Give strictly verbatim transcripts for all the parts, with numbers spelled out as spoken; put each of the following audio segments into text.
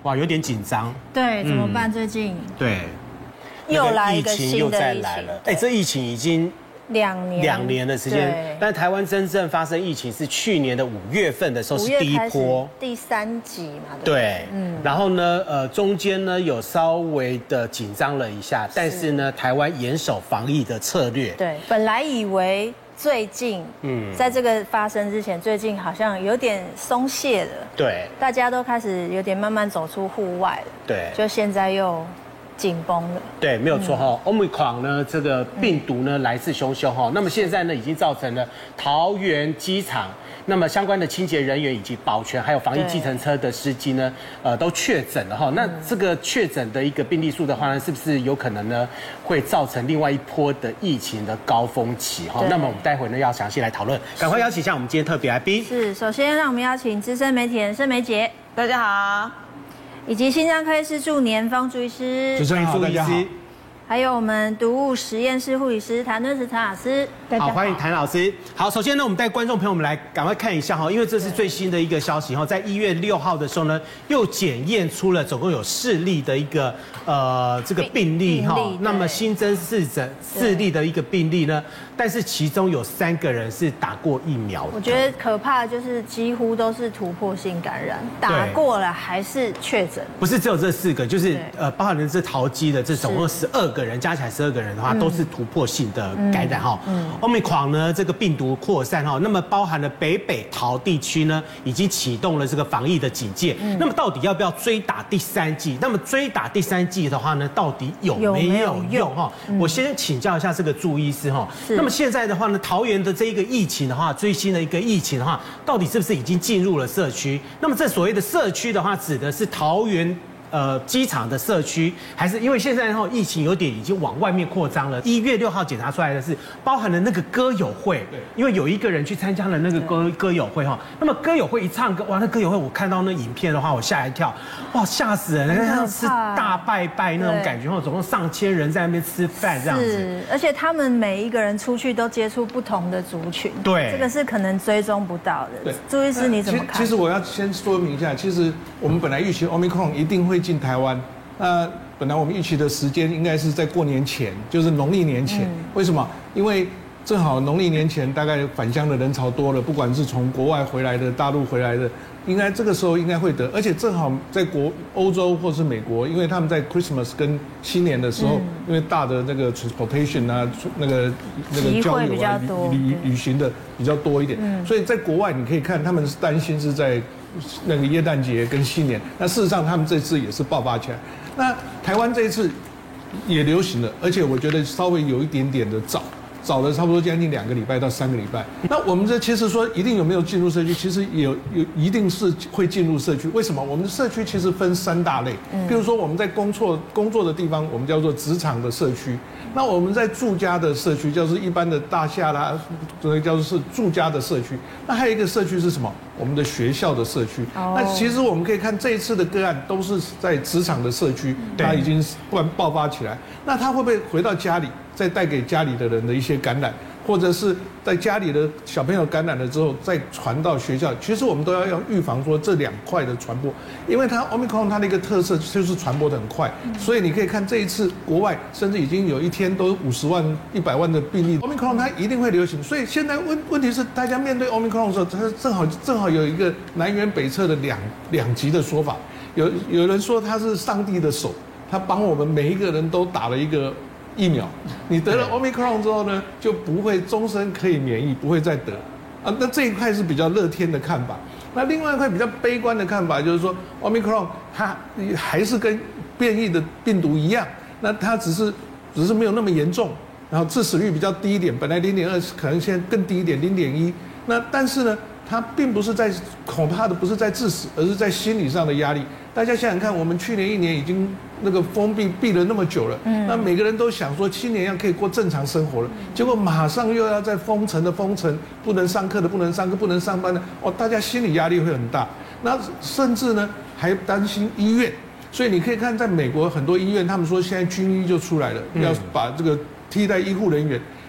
哇，有点紧张。 对，怎么办？最近对， 又来一个疫情新的疫又再来了。 情， 哎，这疫情已经两年两年的时间，但台湾真正发生疫情是去年的五月份的时候，是第一波第三级嘛， 对，嗯，然后呢，呃，中间呢有稍微的紧张了一下，但是呢，台湾严守防疫的策略， 对，本来以为最近，嗯，在这个发生之前，最近好像有点松懈了， 对， 大家都开始有点慢慢走出户外了， 对， 就现在又紧绷了。 对，没有错哈。Omicron 呢，这个病毒呢来势汹汹哈。那么现在呢，已经造成了桃园机场，那么相关的清洁人员以及保全还有防疫计程车的司机呢，呃，都确诊了哈。那这个确诊的一个病例数的话呢，是不是有可能呢，会造成另外一波的疫情的高峰期哈？那么我们待会呢要详细来讨论，赶快邀请一下我们今天特别来宾。 是，首先让我们邀请资深媒体人盛梅姐， 大家好。 以及心脏科医师祝年芳朱医师， 主持人朱医师， 还有我们毒物实验室护理师谭敦慈谭老师， 好，欢迎谭老师。好，首先呢，我们带观众朋友们来赶快看一下哈，因为这是最新的一个消息哈，在一月六号的时候呢，又检验出了总共有四例的一个呃这个病例哈，那么新增四诊四例的一个病例呢，但是其中有三个人是打过疫苗的。 我觉得可怕的就是几乎都是突破性感染，打过了还是确诊。 不是只有这四个，就是呃包含了这桃机的这总共十二个人，加起来十二个人的话，都是突破性的感染哈。Omicron 呢这个病毒扩散哈，那么包含了北北桃地区呢，已经启动了这个防疫的警戒。那么到底要不要追打第三剂？那么追打第三剂的话呢，到底有没有用哈？我先请教一下这个朱医师哈。那么现在的话呢，桃园的这一个疫情的话，最新的一个疫情的话，到底是不是已经进入了社区？那么这所谓的社区的话，指的是桃园呃机场的社区，还是因为现在哈疫情有点已经往外面扩张了？一月六号检查出来的是包含了那个歌友会，因为有一个人去参加了那个歌歌友会哈，那么歌友会一唱歌，哇，那歌友会我看到那影片的话，我吓一跳，哇，吓死人，像吃大拜拜那种感觉，哈，总共上千人在那边吃饭这样子， 是，而且他们每一个人出去都接触不同的族群， 对， 这个是可能追踪不到的。 对， 朱医师你怎么看？ 其实我要先说明一下，其实我们本来预期 Omicron 一定会进台湾，那本来我们预期的时间应该是在过年前，就是农历年前。为什么？因为正好农历年前大概返乡的人潮多了，不管是从国外回来的、大陆回来的，应该这个时候应该会得，而且正好在国欧洲或是美国，因为他们在 Christmas 跟新年的时候，因为大的那个 transportation 啊，那个那个交流啊、旅旅行的比较多一点，所以在国外你可以看他们是担心是在那个耶诞节跟新年，那事实上他们这次也是爆发起来。那台湾这一次也流行了，而且我觉得稍微有一点点的早。早了差不多将近两个礼拜到三个礼拜。那我们这其实说一定有没有进入社区，其实有有一定是会进入社区。为什么？我们的社区其实分三大类，比如说我们在工作工作的地方，我们叫做职场的社区；那我们在住家的社区，就是一般的大厦啦，这个叫做是住家的社区。那还有一个社区是什么？我们的学校的社区。那其实我们可以看这一次的个案都是在职场的社区，它已经突然爆发起来。那它会不会回到家里？再带给家里的人的一些感染，或者是在家里的小朋友感染了之后再传到学校，其实我们都要要预防说这两块的传播，因为它 Omicron 它的一个特色就是传播的很快，所以你可以看这一次国外甚至已经有一天都五十万、一百万的病例 ，Omicron 它一定会流行，所以现在问问题是大家面对 Omicron 的时候，它正好正好有一个南辕北辙的两两极的说法，有有人说它是上帝的手，他帮我们每一个人都打了一个疫苗，你得了 Omicron 之后呢，就不会终身可以免疫，不会再得啊。那这一块是比较乐天的看法。那另外一块比较悲观的看法就是说 ，Omicron 它还是跟变异的病毒一样，那它只是只是没有那么严重，然后致死率比较低一点，本来零点二，可能现在更低一点，零点一。那但是呢，它并不是在恐怕的不是在致死，而是在心理上的压力。大家想想看，我们去年一年已经那个封闭闭了那么久了，嗯，那每个人都想说今年要可以过正常生活了，结果马上又要在封城的封城，不能上课的不能上课，不能上班的，哦，大家心理压力会很大。那甚至呢还担心医院，所以你可以看在美国很多医院，他们说现在军医就出来了，要把这个替代医护人员。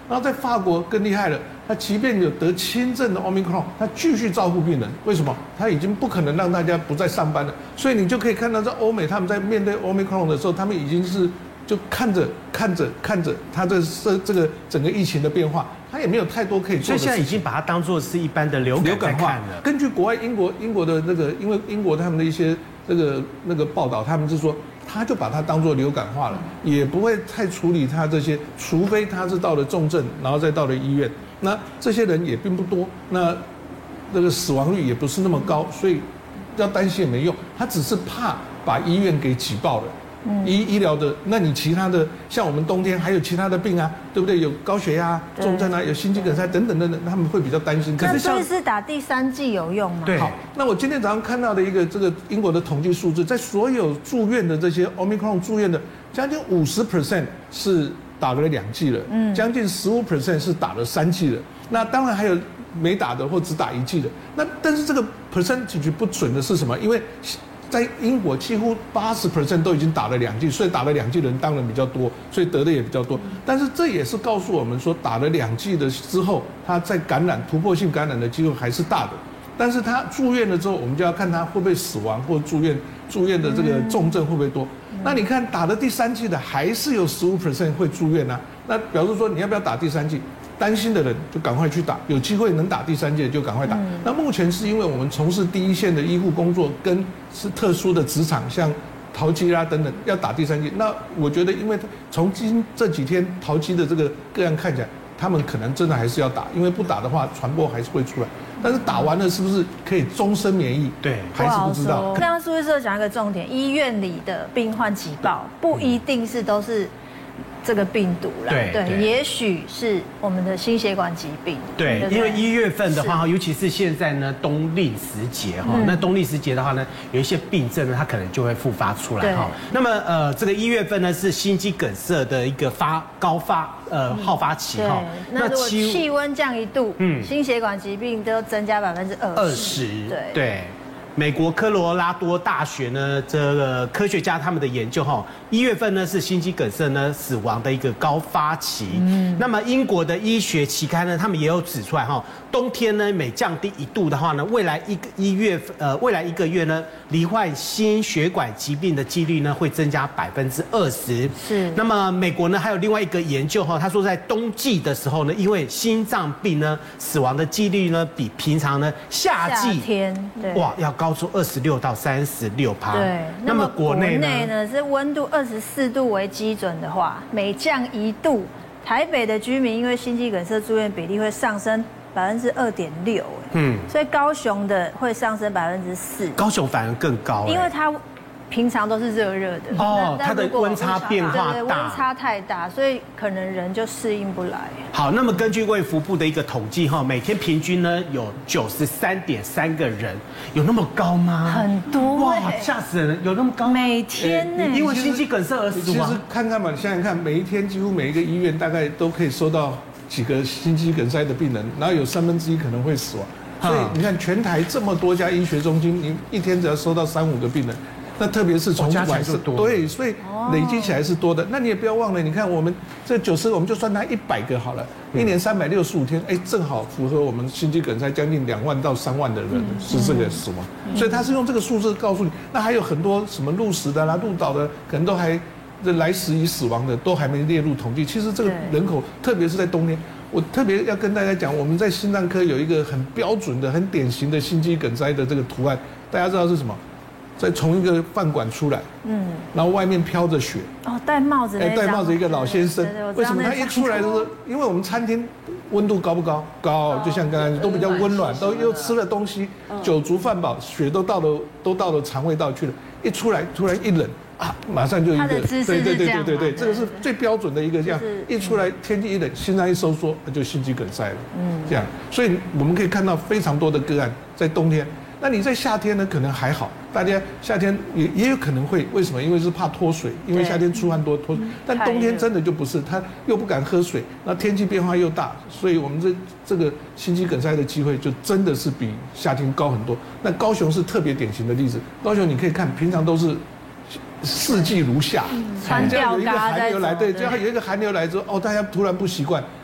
然后在法国更厉害了，他即便有得轻症的 Omicron， 他继续照顾病人。为什么？他已经不可能让大家不再上班了。所以你就可以看到，在欧美他们在面对 Omicron 的时候，他们已经是就看着看着看着他的这这个整个疫情的变化，他也没有太多可以做的事情。 所以现在已经把它当作是一般的流感化了。 根据国外英国英国的那个，因为英国他们的一些这个那个报道，他们是说。他就把它当作流感化了，也不会太处理他这些，除非他是到了重症，然后再到了医院。那这些人也并不多，那这个死亡率也不是那么高，所以要担心也没用。他只是怕把医院给挤爆了。医医疗的，那你其他的像我们冬天还有其他的病啊，对不对？有高血压、重症啊，有心肌梗塞等等等等，他们会比较担心。 可是所以是打第三剂有用吗？ 对。 好，那我今天早上看到的一个这个英国的统计数字，在所有住院的这些 Omicron 住院的，将近五十 percent 是打了两剂了，嗯，将近十五 percent 是打了三剂了。那当然还有没打的或只打一剂的。那但是这个 percentage 不准的是什么？因为在英国几乎八十 percent 都已经打了两剂，所以打了两剂的人当然比较多，所以得的也比较多。但是这也是告诉我们说，打了两剂的之后，他在感染突破性感染的机会还是大的。但是他住院了之后，我们就要看他会不会死亡或住院，住院的这个重症会不会多。那你看打了第三剂的，还是有十五 percent 会住院啊。那表示说你要不要打第三剂？担心的人就赶快去打，有机会能打第三剂就赶快打。嗯、那目前是因为我们从事第一线的医护工作，跟是特殊的职场，像淘机啦等等，要打第三剂。那我觉得，因为从今这几天淘机的这个个案看起来，他们可能真的还是要打，因为不打的话，传播还是会出来。但是打完了是不是可以终身免疫？ 对， 还是不知道。 刚刚苏医师讲一个重点，医院里的病患挤爆，不一定是都是。这个病毒啦， 对， 对，也许是我们的心血管疾病。 对，因为一月份的话，尤其是现在呢，冬令时节哈，那冬令时节的话呢，有一些病症呢，它可能就会复发出来哈。那么呃，这个一月份呢是心肌梗塞的一个发高发呃好发期哈。 那如果气温降一度，嗯，心血管疾病都增加百分之二二十， 对对。美国科罗拉多大学呢，这个科学家他们的研究哈，一月份呢是心肌梗塞呢死亡的一个高发期。嗯，那么英国的医学期刊呢，他们也有指出来哈，冬天呢每降低一度的话呢，未来一个一月呃未来一个月呢，罹患心血管疾病的几率呢会增加百分之二十。 是。 那么美国呢还有另外一个研究哈，他说在冬季的时候呢，因为心脏病呢死亡的几率呢比平常呢夏季夏天对哇要高。高出二十六到三十六趴。 对， 那么国内呢？ 国内呢是温度二十四度为基准的话，每降一度，台北的居民因为心肌梗塞住院比例会上升百分之二点六。嗯，所以高雄的会上升百分之四。 高雄反而更高， 因为它平常都是热热的哦，它的温差变化大， 对，温差太大，所以可能人就适应不来。 好，那么根据卫福部的一个统计哈，每天平均呢有九十三点三个人，有那么高吗？ 很多哇， 吓死人！有那么高？ 每天呢， 因为心肌梗塞而死亡。 其实看看吧，想想看，每一天几乎每一个医院大概都可以收到几个心肌梗塞的病人，然后有三分之一可能会死亡。所以你看，全台这么多家医学中心，你一天只要收到三五个病人。那特别是从晚上对，所以累积起来是多的。那你也不要忘了，你看我们这九十个，我们就算它一百个好了，一年三百六十五天，哎，正好符合我们心肌梗塞将近两万到三万的人是这个死亡。所以他是用这个数字告诉你，那还有很多什么路死的啦、路倒的，可能都还来时已死亡的，都还没列入统计。其实这个人口，特别是在冬天，我特别要跟大家讲，我们在心脏科有一个很标准的、很典型的心肌梗塞的这个图案，大家知道是什么？在从一个饭馆出来，嗯，然后外面飘着雪， 哦，戴帽子， 哎，戴帽子一个老先生，为什么他一出来的时候，因为我们餐厅温度高不高？高，就像刚刚都比较温暖，都又吃了东西，酒足饭饱，血都到了都到了肠胃道去了，一出来突然一冷啊，马上就一个， 对对对对对对，这个是最标准的一个这样，一出来天气一冷，心脏一收缩，就心肌梗塞了，嗯，这样，所以我们可以看到非常多的个案在冬天。那你在夏天呢，可能还好，大家夏天也也有可能会，为什么？因为是怕脱水，因为夏天出汗多脱水。但冬天真的就不是，他又不敢喝水，那天气变化又大，所以我们这这个心肌梗塞的机会就真的是比夏天高很多。那高雄是特别典型的例子，高雄你可以看，平常都是四季如夏， 穿吊有一个寒流来，对，只要有一个寒流来之后，哦，大家突然不习惯，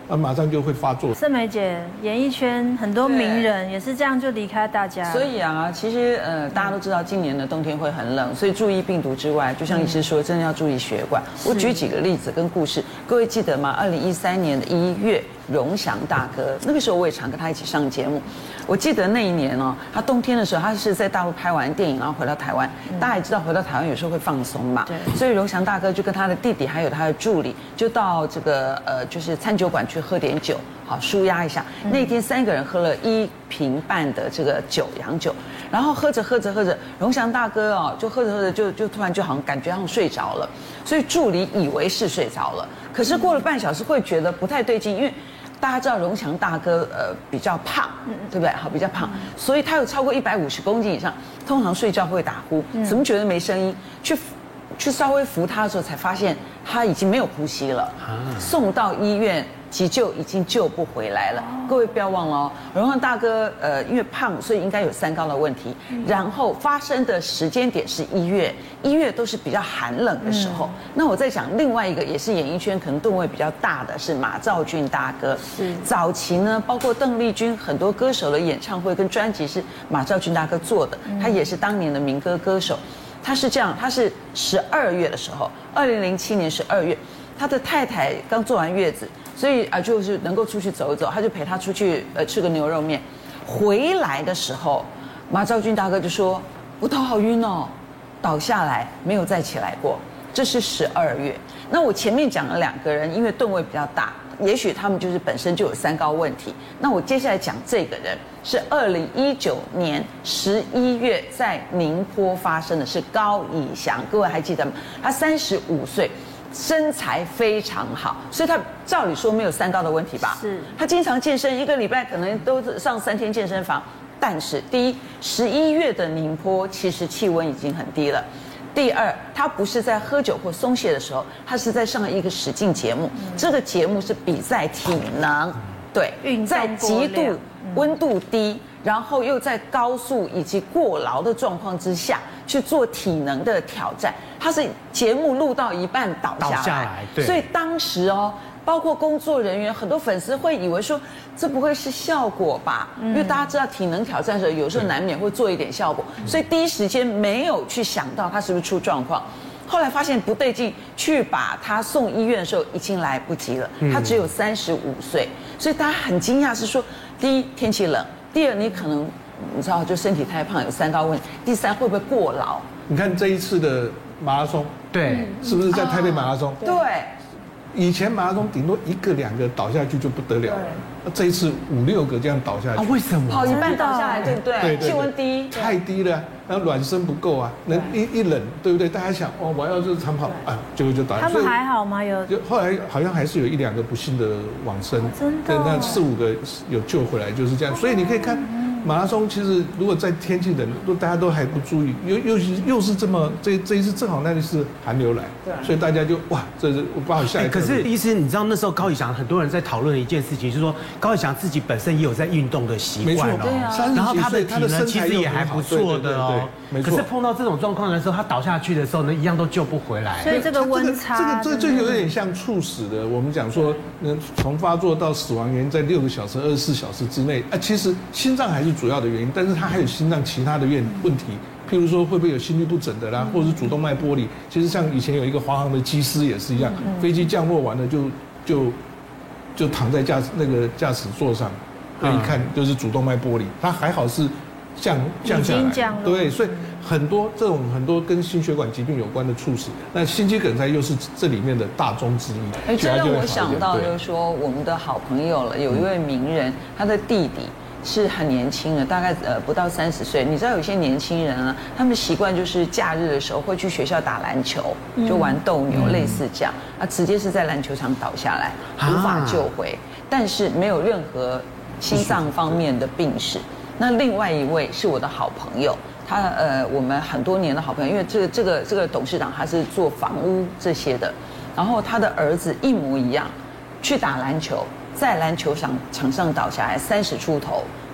啊，马上就会发作。 盛梅姐，演艺圈很多名人也是这样就离开大家。 所以啊，其实呃，大家都知道今年的冬天会很冷，所以注意病毒之外，就像医师说，真的要注意血管。我举几个例子跟故事，各位记得吗？二零一三年的一月，荣祥大哥，那个时候我也常跟他一起上节目。我记得那一年哦，他冬天的时候，他是在大陆拍完电影，然后回到台湾。大家也知道，回到台湾有时候会放松嘛， 对。 所以荣祥大哥就跟他的弟弟还有他的助理，就到这个呃，就是餐酒馆去喝点酒，好舒压一下。那天三个人喝了一瓶半的这个酒，洋酒，然后喝着喝着喝着，荣祥大哥哦，就喝着喝着就就突然就好像感觉好像睡着了，所以助理以为是睡着了，可是过了半小时会觉得不太对劲，因为大家知道荣祥大哥呃比较胖，对不对？好，比较胖，所以他有超过一百五十公斤以上，通常睡觉会打呼，怎么觉得没声音？去去稍微扶他的时候，才发现他已经没有呼吸了，送到医院。急救已经救不回来了，各位不要忘了哦，荣祥大哥呃因为胖，所以应该有三高的问题，然后发生的时间点是一月，一月都是比较寒冷的时候。那我在讲另外一个也是演艺圈可能吨位比较大的是马兆骏大哥，是早期呢，包括邓丽君很多歌手的演唱会跟专辑是马兆骏大哥做的，他也是当年的民歌歌手。他是这样，他是十二月的时候，二零零七年十二月，他的太太刚坐完月子。所以啊，就是能够出去走一走，他就陪他出去呃吃个牛肉面。回来的时候，马兆骏大哥就说：“我头好晕哦，倒下来没有再起来过。”这是十二月。那我前面讲了两个人，因为吨位比较大，也许他们就是本身就有三高问题。那我接下来讲这个人是二零一九年十一月在宁波发生的，是高以翔，各位还记得吗？他三十五岁。身材非常好，所以他照理说没有三高的问题吧？是。他经常健身，一个礼拜可能都上三天健身房。但是，第一，十一月的宁波其实气温已经很低了；第二，他不是在喝酒或松懈的时候，他是在上一个实境节目。这个节目是比赛体能，对，在极度温度低，然后又在高速以及过劳的状况之下去做体能的挑战。他是节目录到一半倒下来，倒下来，对。所以当时哦，包括工作人员，很多粉丝会以为说，这不会是效果吧？嗯、因为大家知道体能挑战的时候，有时候难免会做一点效果，所以第一时间没有去想到他是不是出状况。后来发现不对劲，去把他送医院的时候已经来不及了。他只有三十五岁，所以大家很惊讶，是说，第一天气冷，第二你可能你知道就身体太胖有三高问题，第三会不会过劳？ 你看这一次的马拉松， 对， 是不是在台北马拉松？ 对。 以前马拉松顶多一个两个倒下去就不得了了，这一次五六个这样倒下去， 啊，为什么？ 跑一半倒下来，对不对？对对，气温低， 太低了，然后暖身不够啊，那一一冷，对不对？大家想，哦，我要就是长跑啊，结果就倒下。 他们还好吗？有， 就后来好像还是有一两个不幸的往生， 真的， 那四五个有救回来，就是这样。所以你可以看。马拉松其实如果在天气冷，都大家都还不注意，又又是又是这么这这一次正好那里是寒流来，对，所以大家就哇，这是我不好下一个。 可是医师，你知道那时候高以翔很多人在讨论一件事情，就是说高以翔自己本身也有在运动的习惯哦，然后他的体能其实也还不错的哦。可是碰到这种状况的时候，他倒下去的时候呢，一样都救不回来。 所以这个温差， 这个这个这有点像猝死的。我们讲说，嗯，从发作到死亡原因在六个小时、二十四小时之内啊，其实心脏还是主要的原因，但是它还有心脏其他的问问题，譬如说会不会有心律不整的啦，或者是主动脉剥离。其实像以前有一个华航的机师也是一样，飞机降落完了就就就躺在驾那个驾驶座上，那一看就是主动脉剥离，他还好是。降降下来，对，所以很多这种很多跟心血管疾病有关的猝死，那心肌梗塞又是这里面的大宗之一。 哎，这让我想到就是说，我们的好朋友了，有一位名人，他的弟弟是很年轻的，大概呃不到三十岁。你知道有些年轻人啊，他们习惯就是假日的时候会去学校打篮球，就玩斗牛，类似这样，啊，直接是在篮球场倒下来，无法救回，但是没有任何心脏方面的病史。那另外一位是我的好朋友，他呃，我们很多年的好朋友，因为这个这个这个董事长他是做房屋这些的，然后他的儿子一模一样，去打篮球，在篮球场场上倒下来，三十出头，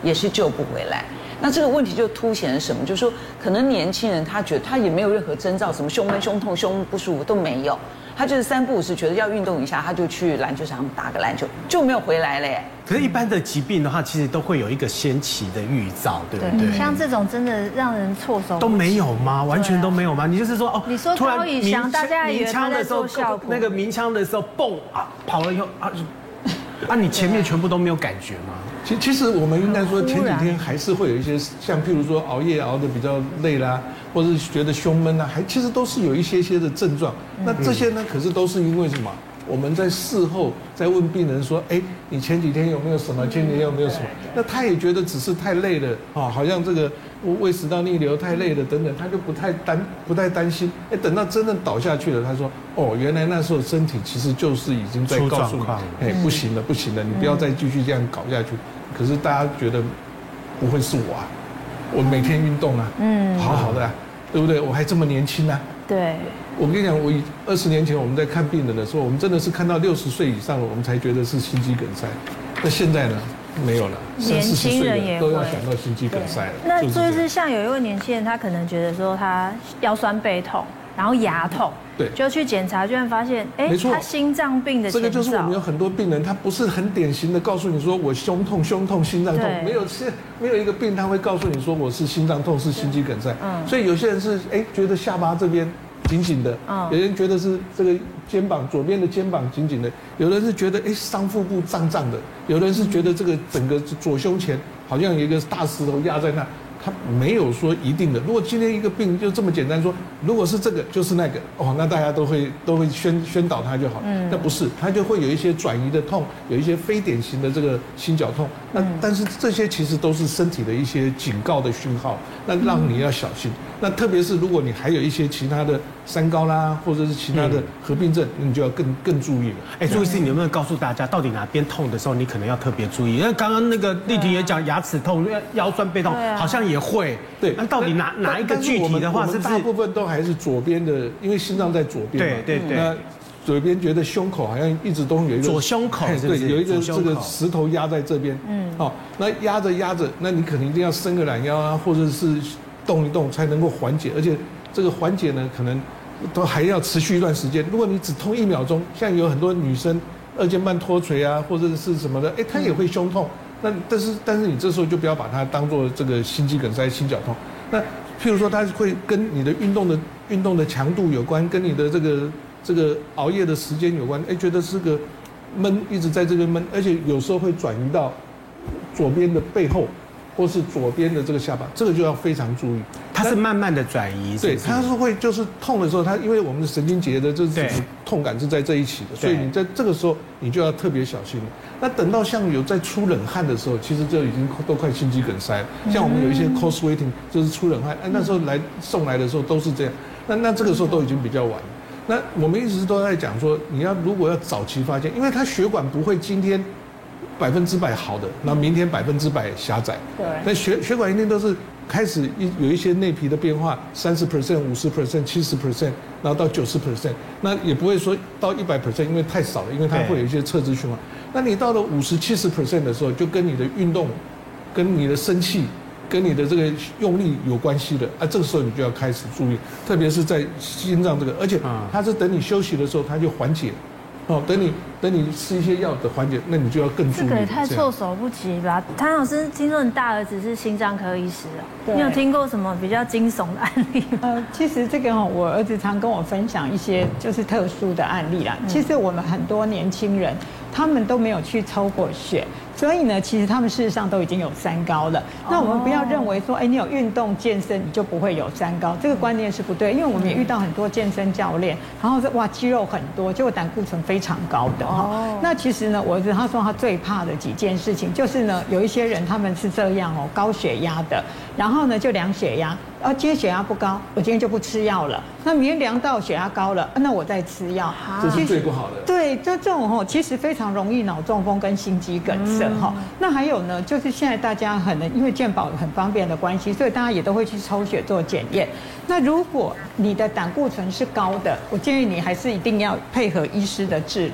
也是救不回来。那这个问题就凸显了什么？就是说，可能年轻人他觉得他也没有任何征兆，什么胸闷、胸痛、胸不舒服都没有，他就是三不五时觉得要运动一下，他就去篮球场打个篮球，就没有回来嘞。 可是，一般的疾病的话，其实都会有一个先期的预兆，对不对？ 像这种真的让人措手不及。 都没有吗？完全都没有吗？你就是说哦， 你说高以翔，大家以为他在做效果， 那个鸣枪的时候，蹦啊，跑了以后啊，啊，你前面全部都没有感觉吗？ 其其实我们应该说前几天还是会有一些，像譬如说熬夜熬得比较累啦，或者是觉得胸闷啊，还其实都是有一些些的症状。那这些呢，可是都是因为什么？我们在事后在问病人说，哎，你前几天有没有什么？前几天有没有什么？那他也觉得只是太累了啊，好像这个胃食道逆流太累了等等，他就不太担不太担心。哎，等到真正倒下去了，他说，哦，原来那时候身体其实就是已经在告诉你，哎，不行了，不行了，你不要再继续这样搞下去。可是大家觉得不会是我啊，我每天运动啊，嗯，好好的啊，对不对？我还这么年轻啊。 对， 我跟你讲，我二十年前我们在看病人的时候，我们真的是看到六十岁以上了，我们才觉得是心肌梗塞。那现在呢，没有了， 年轻人也都要想到心肌梗塞了。 那就是像有一位年轻人，他可能觉得说他腰酸背痛，然后牙痛， 对， 就去检查，居然发现，哎，他心脏病的前兆。 这个就是我们有很多病人，他不是很典型的告诉你说我胸痛、胸痛、心脏痛，没有是没有一个病他会告诉你说我是心脏痛、是心肌梗塞。嗯，所以有些人是哎觉得下巴这边紧紧的，嗯，有人觉得是这个肩膀左边的肩膀紧紧的，有人是觉得哎上腹部胀胀的，有人是觉得这个整个左胸前好像有一个大石头压在那。他没有说一定的。如果今天一个病就这么简单说，如果是这个就是那个，哦，那大家都会都会宣宣导他就好。嗯，那不是，他就会有一些转移的痛，有一些非典型的这个心绞痛。那但是这些其实都是身体的一些警告的讯号，那让你要小心。那特别是如果你还有一些其他的三高啦，或者是其他的合并症，你就要更更注意了。 哎，朱医师，你有没有告诉大家，到底哪边痛的时候，你可能要特别注意？因为刚刚那个丽婷也讲牙齿痛、腰酸背痛，好像也会。 对， 那到底哪哪一个具体的话，是不是大部分都还是左边的？因为心脏在左边嘛。 对对对。 那左边觉得胸口好像一直都有一个左胸口， 对，有一个这个石头压在这边。嗯。哦，那压着压着，那你可能一定要伸个懒腰啊，或者是动一动才能够缓解，而且这个缓解呢，可能都还要持续一段时间。如果你只痛一秒钟，像有很多女生二尖瓣脱垂啊，或者是什么的，哎，她也会胸痛。那但是但是你这时候就不要把它当做这个心肌梗塞、心绞痛。那譬如说，它会跟你的运动的运动的强度有关，跟你的这个这个熬夜的时间有关。哎，觉得是个闷，一直在这边闷，而且有时候会转移到左边的背后，或是左边的这个下巴，这个就要非常注意。 它是慢慢的转移， 对，它是会就是痛的时候，它因为我们的神经节的这种痛感是在这一起的，所以你在这个时候你就要特别小心了。那等到像有在出冷汗的时候，其实就已经都快心肌梗塞了。像我们有一些 cold sweating 就是出冷汗，哎，那时候来送来的时候都是这样。那那这个时候都已经比较晚了。那我们一直都在讲说，你要如果要早期发现，因为它血管不会今天百分之百好的，然后明天百分之百狭窄。对。那血血管一定都是开始一有一些内皮的变化，三十 percent、五十 percent、七十 percent， 然后到九十 percent， 那也不会说到一百 percent， 因为太少了，因为它会有一些侧支循环。那你到了五十、七十 percent 的时候，就跟你的运动、跟你的生气、跟你的这个用力有关系的啊。这个时候你就要开始注意，特别是在心脏这个，而且它是等你休息的时候，它就缓解。哦，等你等你吃一些药的缓解，那你就要更注意。 这个也太措手不及吧？谭老师，听说你大儿子是心脏科医师哦，你有听过什么比较惊悚的案例吗？ 呃，其实这个哈，我儿子常跟我分享一些就是特殊的案例啦。嗯、其实我们很多年轻人，他们都没有去抽过血。所以呢，其实他们事实上都已经有三高了。那我们不要认为说，哎，你有运动健身，你就不会有三高，这个观念是不对。因为我们也遇到很多健身教练，然后是哇肌肉很多，结果胆固醇非常高的哈。那其实呢，我儿子他说他最怕的几件事情，就是呢，有一些人他们是这样哦，高血压的，然后呢就量血压。啊，今天血压不高，我今天就不吃药了。那明天量到血压高了，那我再吃药， 这是最不好的。 对，这这种吼，其实非常容易脑中风跟心肌梗塞哈。嗯、那还有呢，就是现在大家可能因为健保很方便的关系，所以大家也都会去抽血做检验。那如果你的胆固醇是高的，我建议你还是一定要配合医师的治疗。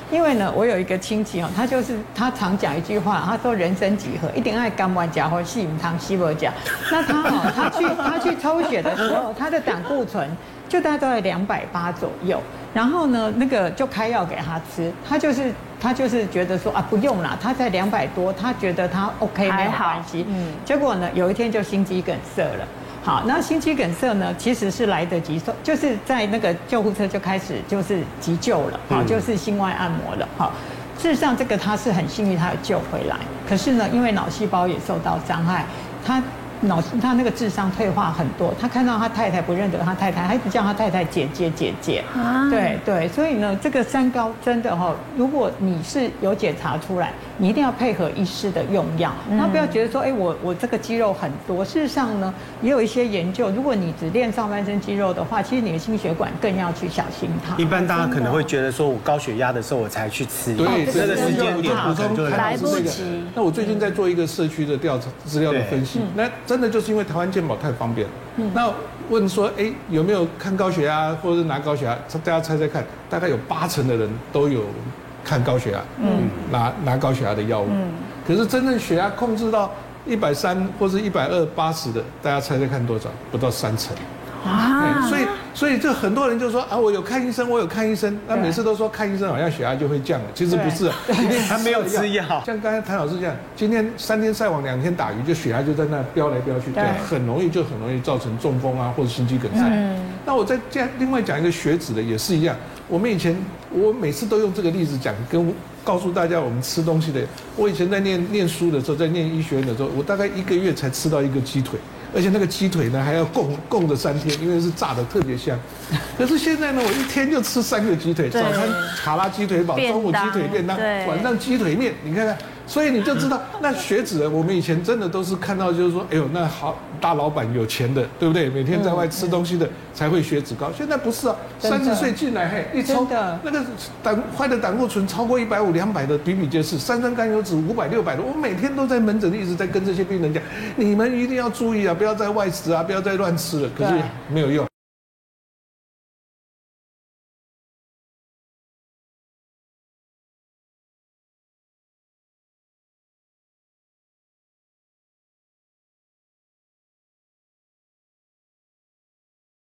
因为呢，我有一个亲戚哦，他就是他常讲一句话，他说人生几何，一定爱干完甲或细母汤西伯甲。那他哦，他去他去抽血的时候，他的胆固醇就大概在两百八左右。然后呢，那个就开药给他吃，他就是他就是觉得说啊不用啦，他才两百多，他觉得他 OK 没有关系。嗯。结果呢，有一天就心肌梗塞了。好，那心肌梗塞呢，其实是来得及，就是在那个救护车就开始就是急救了，好，就是心外按摩了，好。事实上，这个他是很幸运，他有救回来。可是呢，因为脑细胞也受到伤害，他脑他那个智商退化很多。他看到他太太不认得他太太，他一直叫他太太姐姐姐姐。啊，对对，所以呢，这个三高真的哈，如果你是有检查出来，你一定要配合医师的用药，然后不要觉得说，哎，我我这个肌肉很多。事实上呢，也有一些研究，如果你只练上半身肌肉的话，其实你的心血管更要去小心它。 一般大家可能会觉得说，我高血压的时候我才去吃， 对， 这个时间点补充来不及。 那我最近在做一个社区的调查资料的分析，那真的就是因为台湾健保太方便了。那问说，哎，有没有看高血压或者是拿高血压？大家猜猜看，大概有八成的人都有看高血压，嗯，拿拿高血压的药物。嗯，可是真正血压控制到一百三或是一百二八十的，大家猜猜看多少？不到三成。啊，所以所以就很多人就说啊，我有看医生，我有看医生，那每次都说看医生好像血压就会降了，其实不是， 今天还没有吃药。 像刚才谭老师这样，今天三天晒网，两天打鱼，就血压就在那飙来飙去，对，很容易就很容易造成中风啊或者心肌梗塞。嗯，那我再这样另外讲一个血脂的也是一样，我们以前我每次都用这个例子讲，跟告诉大家我们吃东西的。我以前在念念书的时候，在念医学院的时候，我大概一个月才吃到一个鸡腿。而且那个鸡腿呢还要供供着三天，因为是炸的特别香。可是现在呢，我一天就吃三个鸡腿，早餐卡拉鸡腿堡，中午鸡腿便当，晚上鸡腿面，你看看。所以你就知道，那血脂，我们以前真的都是看到就是说，哎呦，那好大老板有钱的，对不对？每天在外吃东西的才会血脂高。现在不是啊，三十岁进来，嘿，一抽那个胆坏的胆固醇超过一百五、两百的比比皆是，三酸甘油脂五百、六百的，我每天都在门诊一直在跟这些病人讲，你们一定要注意啊，不要再外食啊，不要再乱吃了。可是没有用，